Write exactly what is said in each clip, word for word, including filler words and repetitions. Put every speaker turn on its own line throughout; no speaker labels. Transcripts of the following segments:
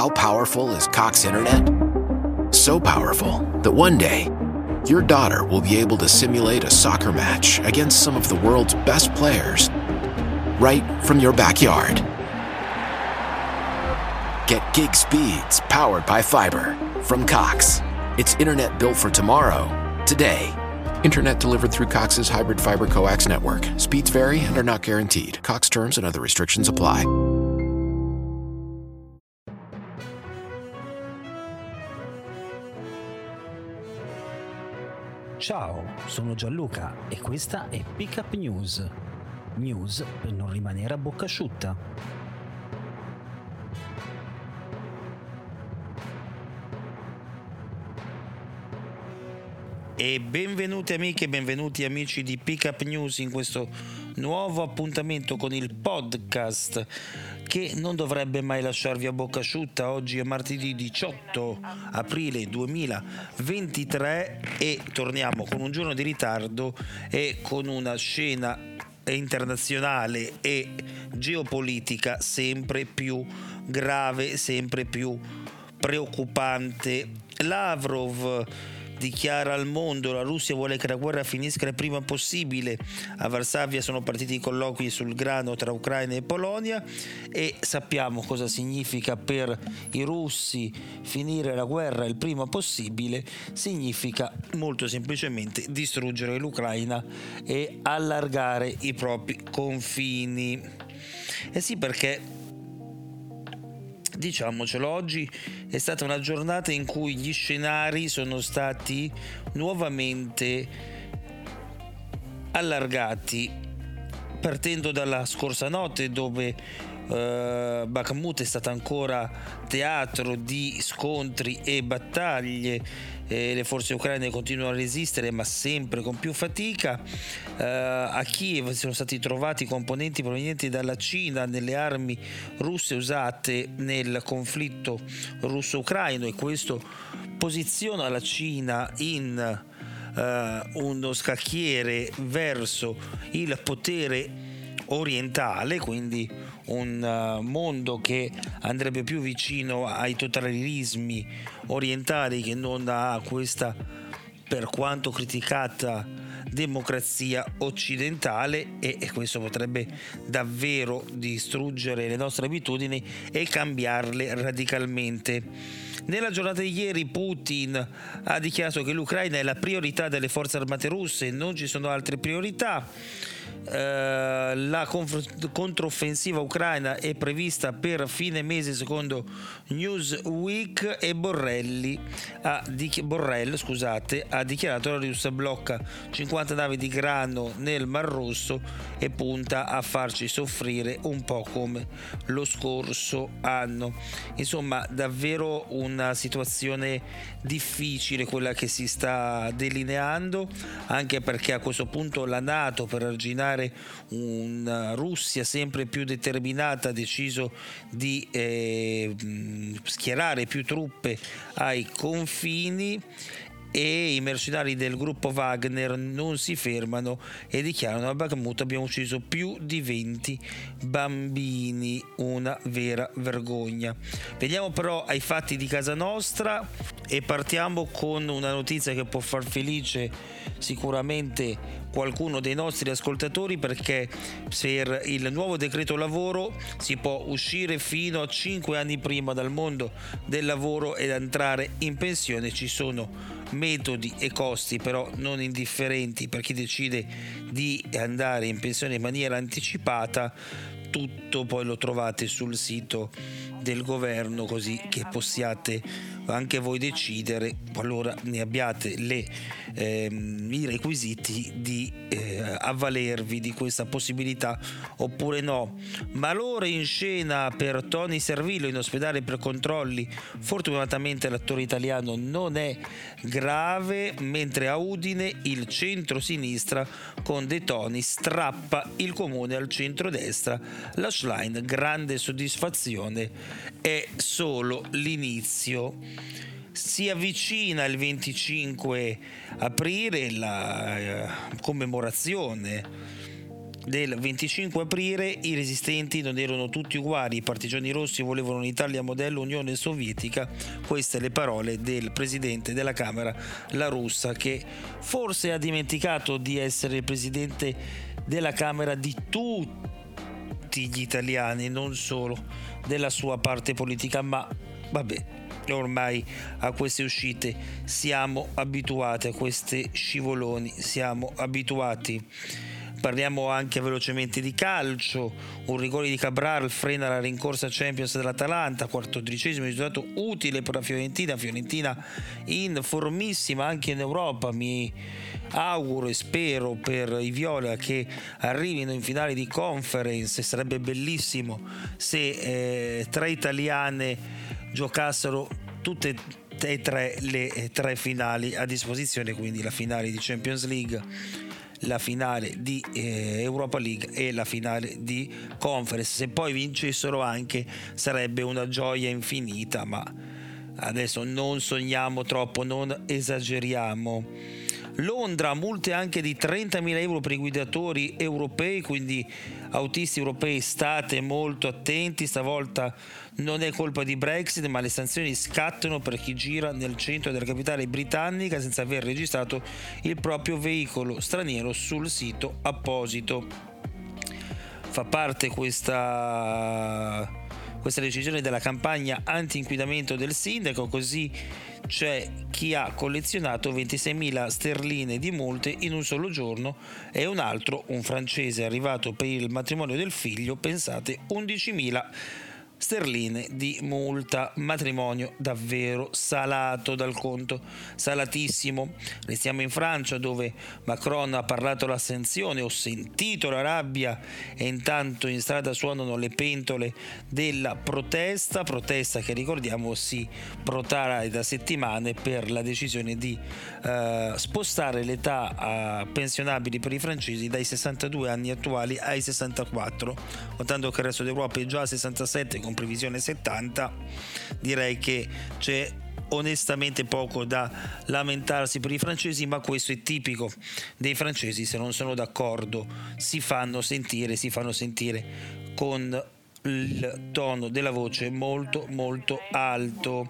how powerful is Cox Internet? So powerful that one day, your daughter will be able to simulate a soccer match against some of the world's best players right from your backyard. Get gig speeds powered by fiber from Cox. It's internet built for tomorrow, today. Internet delivered through Cox's hybrid fiber coax network. Speeds vary and are not guaranteed. Cox terms and other restrictions apply.
Ciao, sono Gianluca e questa è Pick Up News. News per non rimanere a bocca asciutta.
E benvenuti amiche e benvenuti amici di Pick Up News in questo nuovo appuntamento con il podcast che non dovrebbe mai lasciarvi a bocca asciutta. Oggi è martedì diciotto aprile duemilaventitré e torniamo con un giorno di ritardo e con una scena internazionale e geopolitica sempre più grave, sempre più preoccupante. Lavrov dichiara al mondo: la Russia vuole che la guerra finisca il prima possibile. A Varsavia sono partiti i colloqui sul grano tra Ucraina e Polonia e sappiamo cosa significa per i russi finire la guerra il prima possibile. Significa molto semplicemente distruggere l'Ucraina e allargare i propri confini. Eh sì, perché diciamocelo, oggi è stata una giornata in cui gli scenari sono stati nuovamente allargati, partendo dalla scorsa notte dove uh, Bakhmut è stata ancora teatro di scontri e battaglie. Eh, le forze ucraine continuano a resistere ma sempre con più fatica. Uh, a Kiev sono stati trovati componenti provenienti dalla Cina nelle armi russe usate nel conflitto russo-ucraino e questo posiziona la Cina in uh, uno scacchiere verso il potere orientale, quindi un uh, mondo che andrebbe più vicino ai totalitarismi orientali che non a questa, per quanto criticata, democrazia occidentale, e, e questo potrebbe davvero distruggere le nostre abitudini e cambiarle radicalmente. Nella giornata di ieri Putin ha dichiarato che l'Ucraina è la priorità delle forze armate russe, non ci sono altre priorità. Uh, la conf- controffensiva ucraina è prevista per fine mese secondo Newsweek e Borrelli ha dichi- Borrell scusate, ha dichiarato che la Russia blocca cinquanta navi di grano nel Mar Rosso e punta a farci soffrire un po' come lo scorso anno. Insomma, davvero una situazione difficile quella che si sta delineando, anche perché a questo punto la NATO, per arginare una Russia sempre più determinata, ha deciso di eh, schierare più truppe ai confini e i mercenari del gruppo Wagner non si fermano e dichiarano: a Bakhmut abbiamo ucciso più di venti bambini, una vera vergogna. Veniamo però ai fatti di casa nostra e partiamo con una notizia che può far felice sicuramente qualcuno dei nostri ascoltatori, perché per il nuovo decreto lavoro si può uscire fino a cinque anni prima dal mondo del lavoro ed entrare in pensione. Ci sono metodi e costi però non indifferenti per chi decide di andare in pensione in maniera anticipata. Tutto poi lo trovate sul sito del governo, così che possiate anche voi decidere, qualora ne abbiate le, ehm, i requisiti, di eh, avvalervi di questa possibilità oppure no. Malore in scena per Tony Servillo in ospedale per controlli. Fortunatamente l'attore italiano non è grave, mentre a Udine il centro-sinistra con De Toni strappa il comune al centro-destra. L'Ashline, grande soddisfazione, è solo l'inizio. Si avvicina il venticinque aprile la eh, commemorazione del venticinque aprile i resistenti non erano tutti uguali, i partigiani rossi volevano un'Italia modello Unione Sovietica. Queste le parole del presidente della Camera La Russa, che forse ha dimenticato di essere il presidente della Camera di tutti gli italiani, non solo della sua parte politica, ma vabbè, ormai a queste uscite siamo abituati, a questi scivoloni siamo abituati. Parliamo anche velocemente di calcio. Un rigore di Cabral frena la rincorsa Champions dell'Atalanta, quattordicesimo risultato utile per la Fiorentina. Fiorentina in formissima anche in Europa. Mi auguro e spero per i viola che arrivino in finale di conference. Sarebbe bellissimo se eh, tre italiane giocassero tutte e tre le tre finali a disposizione, quindi la finale di Champions League, la finale di eh, Europa League e la finale di Conference. Se poi vincessero anche sarebbe una gioia infinita, ma adesso non sogniamo troppo, non esageriamo. Londra, multe anche di trentamila euro per i guidatori europei, quindi autisti europei state molto attenti, stavolta non è colpa di Brexit, ma le sanzioni scattano per chi gira nel centro della capitale britannica senza aver registrato il proprio veicolo straniero sul sito apposito. Fa parte questa, questa decisione della campagna anti-inquinamento del sindaco, così c'è chi ha collezionato ventiseimila sterline di multe in un solo giorno e un altro, un francese arrivato per il matrimonio del figlio, pensate, undicimila sterline di multa. Matrimonio davvero salato dal conto, salatissimo. Restiamo in Francia, dove Macron ha parlato la sanzione, ho sentito la rabbia, e intanto in strada suonano le pentole della protesta, protesta che ricordiamo si protrae da settimane per la decisione di eh, spostare l'età eh, pensionabili per i francesi dai sessantadue anni attuali ai sessantaquattro, notando che il resto d'Europa è già a sessantasette con previsione settanta. Direi che c'è onestamente poco da lamentarsi per i francesi, ma questo è tipico dei francesi: se non sono d'accordo si fanno sentire, si fanno sentire con il tono della voce molto molto alto.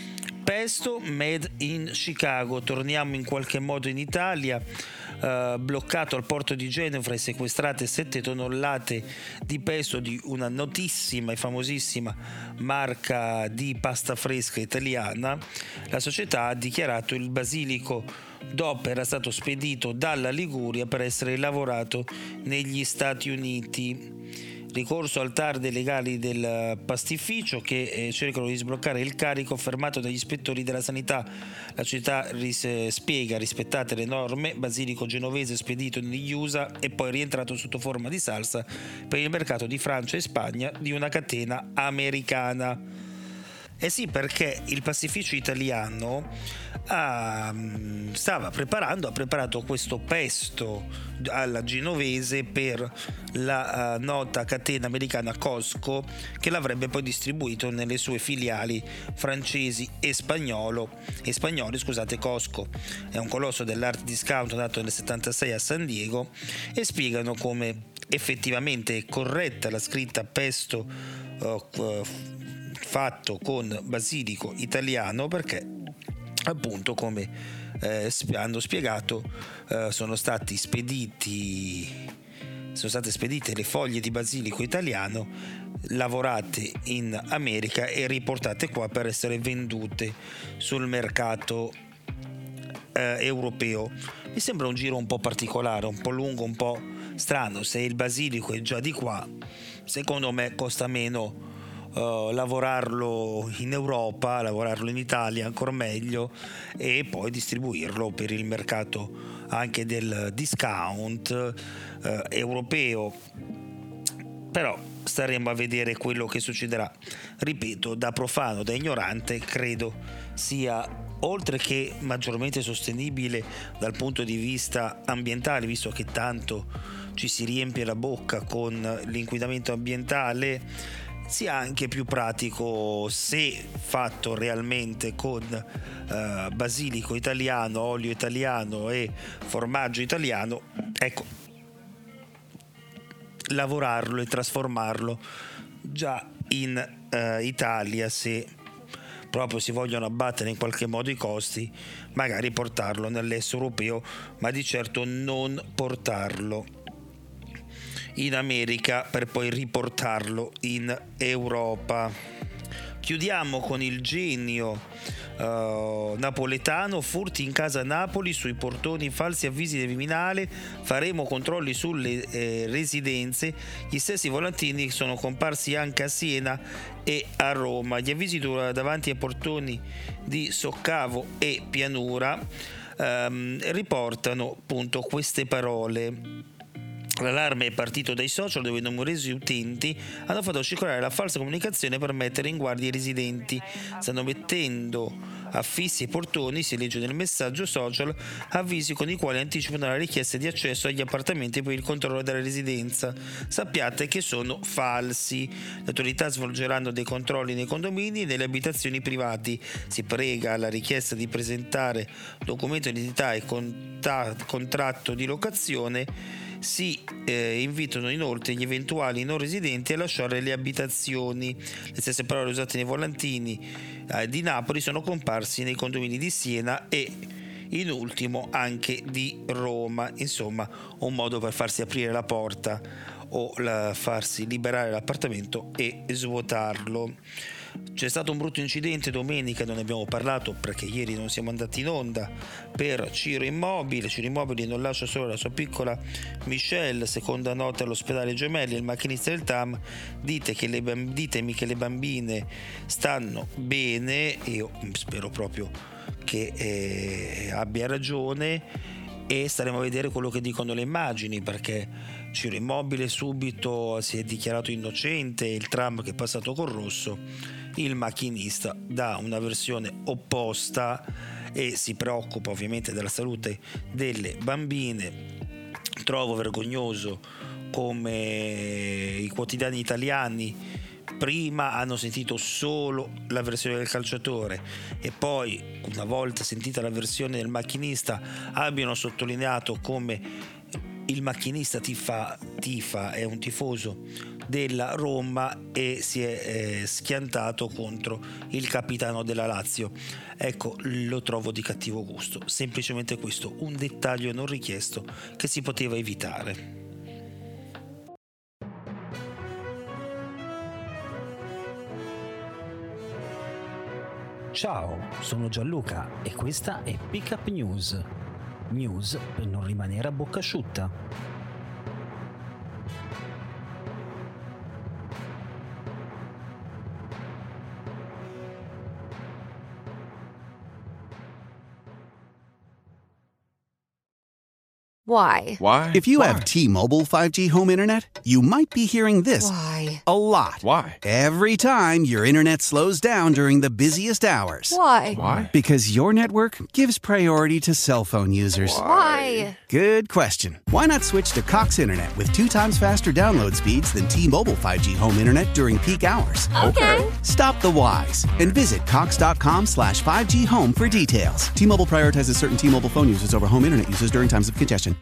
Pesto made in Chicago, torniamo in qualche modo in Italia. Uh, bloccato al porto di Genova e sequestrate sette tonnellate di pesto di una notissima e famosissima marca di pasta fresca italiana. La società ha dichiarato il basilico D O P era stato spedito dalla Liguria per essere lavorato negli Stati Uniti. Ricorso al T A R dei legali del pastificio, che eh, cercano di sbloccare il carico fermato dagli ispettori della sanità. La società ris- spiega rispettate le norme, basilico genovese spedito negli U S A e poi rientrato sotto forma di salsa per il mercato di Francia e Spagna di una catena americana. Eh sì, perché il pastificio italiano ah, stava preparando, ha preparato questo pesto alla genovese per la uh, nota catena americana Costco, che l'avrebbe poi distribuito nelle sue filiali francesi e spagnolo e spagnoli, scusate. Costco è un colosso dell'art discount nato nel settantasei a San Diego, e spiegano come effettivamente è corretta la scritta pesto uh, uh, fatto con basilico italiano, perché appunto, come eh, hanno spiegato, eh, sono stati spediti sono state spedite le foglie di basilico italiano lavorate in America e riportate qua per essere vendute sul mercato eh, europeo. Mi sembra un giro un po' particolare, un po' lungo, un po' strano. Se il basilico è già di qua, secondo me costa meno Uh, lavorarlo in Europa, lavorarlo in Italia ancora meglio, e poi distribuirlo per il mercato anche del discount uh, europeo. Però staremo a vedere quello che succederà. Ripeto, da profano, da ignorante, credo sia, oltre che maggiormente sostenibile dal punto di vista ambientale, visto che tanto ci si riempie la bocca con l'inquinamento ambientale, sia anche più pratico se fatto realmente con uh, basilico italiano, olio italiano e formaggio italiano. Ecco, lavorarlo e trasformarlo già in uh, Italia, se proprio si vogliono abbattere in qualche modo i costi, magari portarlo nell'est europeo, ma di certo non portarlo in America per poi riportarlo in Europa. Chiudiamo con il genio uh, napoletano: furti in casa a Napoli, sui portoni falsi avvisi del Viminale, faremo controlli sulle eh, residenze. Gli stessi volantini sono comparsi anche a Siena e a Roma. Gli avvisi davanti ai portoni di Soccavo e Pianura um, riportano appunto queste parole. L'allarme è partito dai social, dove numerosi utenti hanno fatto circolare la falsa comunicazione per mettere in guardia i residenti. Stanno mettendo affissi ai portoni, si legge nel messaggio social, avvisi con i quali anticipano la richiesta di accesso agli appartamenti per il controllo della residenza. Sappiate che sono falsi. Le autorità svolgeranno dei controlli nei condomini e nelle abitazioni privati. Si prega alla richiesta di presentare documento di identità e contat- contratto di locazione. Si eh, invitano inoltre gli eventuali non residenti a lasciare le abitazioni. Le stesse parole usate nei volantini eh, di Napoli sono comparsi nei condomini di Siena e in ultimo anche di Roma. Insomma, un modo per farsi aprire la porta o la, farsi liberare l'appartamento e svuotarlo. C'è stato un brutto incidente domenica, non ne abbiamo parlato perché ieri non siamo andati in onda, per Ciro Immobile. Ciro Immobile non lascia solo la sua piccola Michelle, seconda notte all'ospedale Gemelli. Il macchinista del tram: dite che le bamb- ditemi che le bambine stanno bene. Io spero proprio che eh, abbia ragione, e staremo a vedere quello che dicono le immagini, perché Ciro Immobile subito si è dichiarato innocente, il tram che è passato col rosso, il macchinista dà una versione opposta e si preoccupa ovviamente della salute delle bambine. Trovo vergognoso come i quotidiani italiani prima hanno sentito solo la versione del calciatore e poi, una volta sentita la versione del macchinista, abbiano sottolineato come il macchinista tifa, tifa è un tifoso della Roma e si è eh, schiantato contro il capitano della Lazio. Ecco, lo trovo di cattivo gusto. Semplicemente questo, un dettaglio non richiesto che si poteva evitare.
Ciao, sono Gianluca e questa è Pick Up News. News per non rimanere a bocca asciutta.
Why?
Why?
If you
Why?
have T-Mobile five G home internet, you might be hearing this
Why?
a lot.
Why?
Every time your internet slows down during the busiest hours.
Why?
Why?
Because your network gives priority to cell phone users.
Why?
Good question. Why not switch to Cox Internet with two times faster download speeds than T-Mobile five G home internet during peak hours?
Okay.
Stop the whys and visit cox.com slash 5G home for details. T-Mobile prioritizes certain T-Mobile phone users over home internet users during times of congestion.